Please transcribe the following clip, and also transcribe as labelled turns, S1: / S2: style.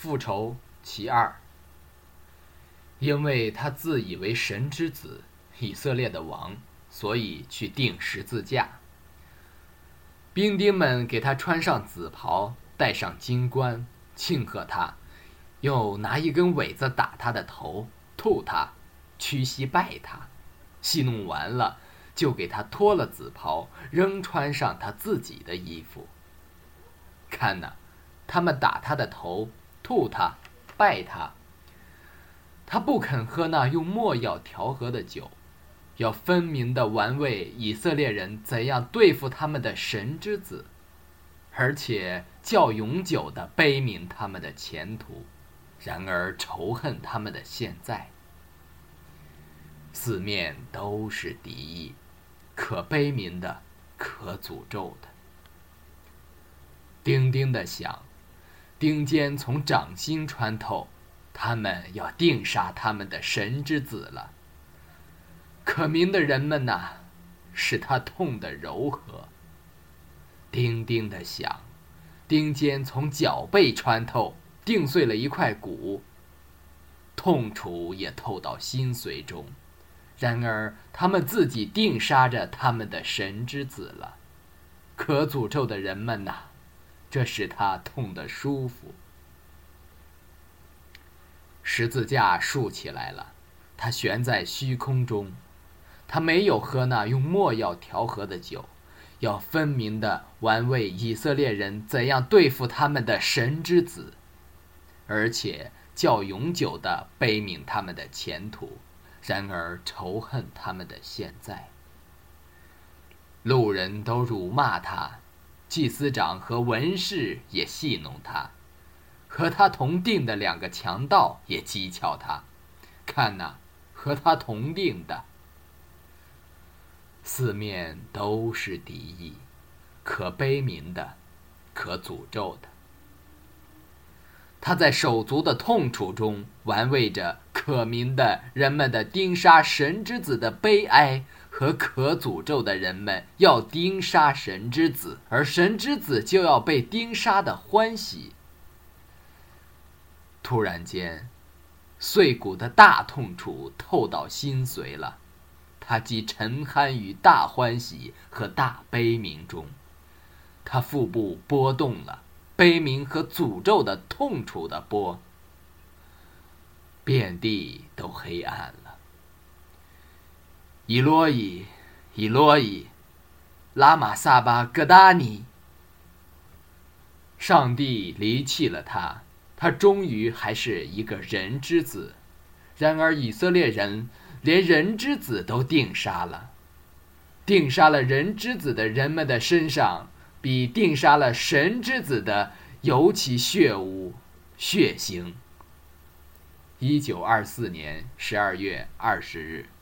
S1: 复仇其二。因为他自以为神之子，以色列的王，所以去钉十字架。兵丁们给他穿上紫袍，戴上金冠，庆贺他，又拿一根苇子打他的头，吐他，屈膝拜他。戏弄完了，就给他脱了紫袍，仍穿上他自己的衣服。看哪，他们打他的头，吐他，拜他。他不肯喝那用没药调和的酒，要分明地玩味以色列人怎样对付他们的神之子，而且较永久地悲悯他们的前途，然而仇恨他们的现在。四面都是敌意，可悲悯的，可诅咒的。叮叮地响，钉尖从掌心穿透，他们要定杀他们的神之子了。可明的人们哪，使他痛得柔和。叮叮地响，钉尖从脚背穿透，钉碎了一块骨，痛楚也透到心髓中。然而他们自己定杀着他们的神之子了。可诅咒的人们哪，这使他痛得舒服。十字架竖起来了，它悬在虚空中。他没有喝那用没药调和的酒，要分明地玩味以色列人怎样对付他们的神之子，而且较永久地悲悯他们的前途，然而仇恨他们的现在。路人都辱骂他，祭司长和文士也戏弄他，和他同定的两个强盗也讥诮他。看哪，和他同定的。四面都是敌意，可悲悯的，可诅咒的。他在手足的痛楚中玩味着可明的人们的钉杀神之子的悲哀，和可诅咒的人们要钉杀神之子，而神之子就要被钉杀的欢喜。突然间，碎骨的大痛楚透到心髓了，他既沉酣于大欢喜和大悲鸣中，他腹部波动了，悲鸣和诅咒的痛楚的波，遍地都黑暗了。以罗伊，以罗伊，拉玛撒巴戈达尼。上帝离弃了他，他终于还是一个人之子。然而以色列人连人之子都定杀了。定杀了人之子的人们的身上，比定杀了神之子的尤其血污血腥。1924年12月20日。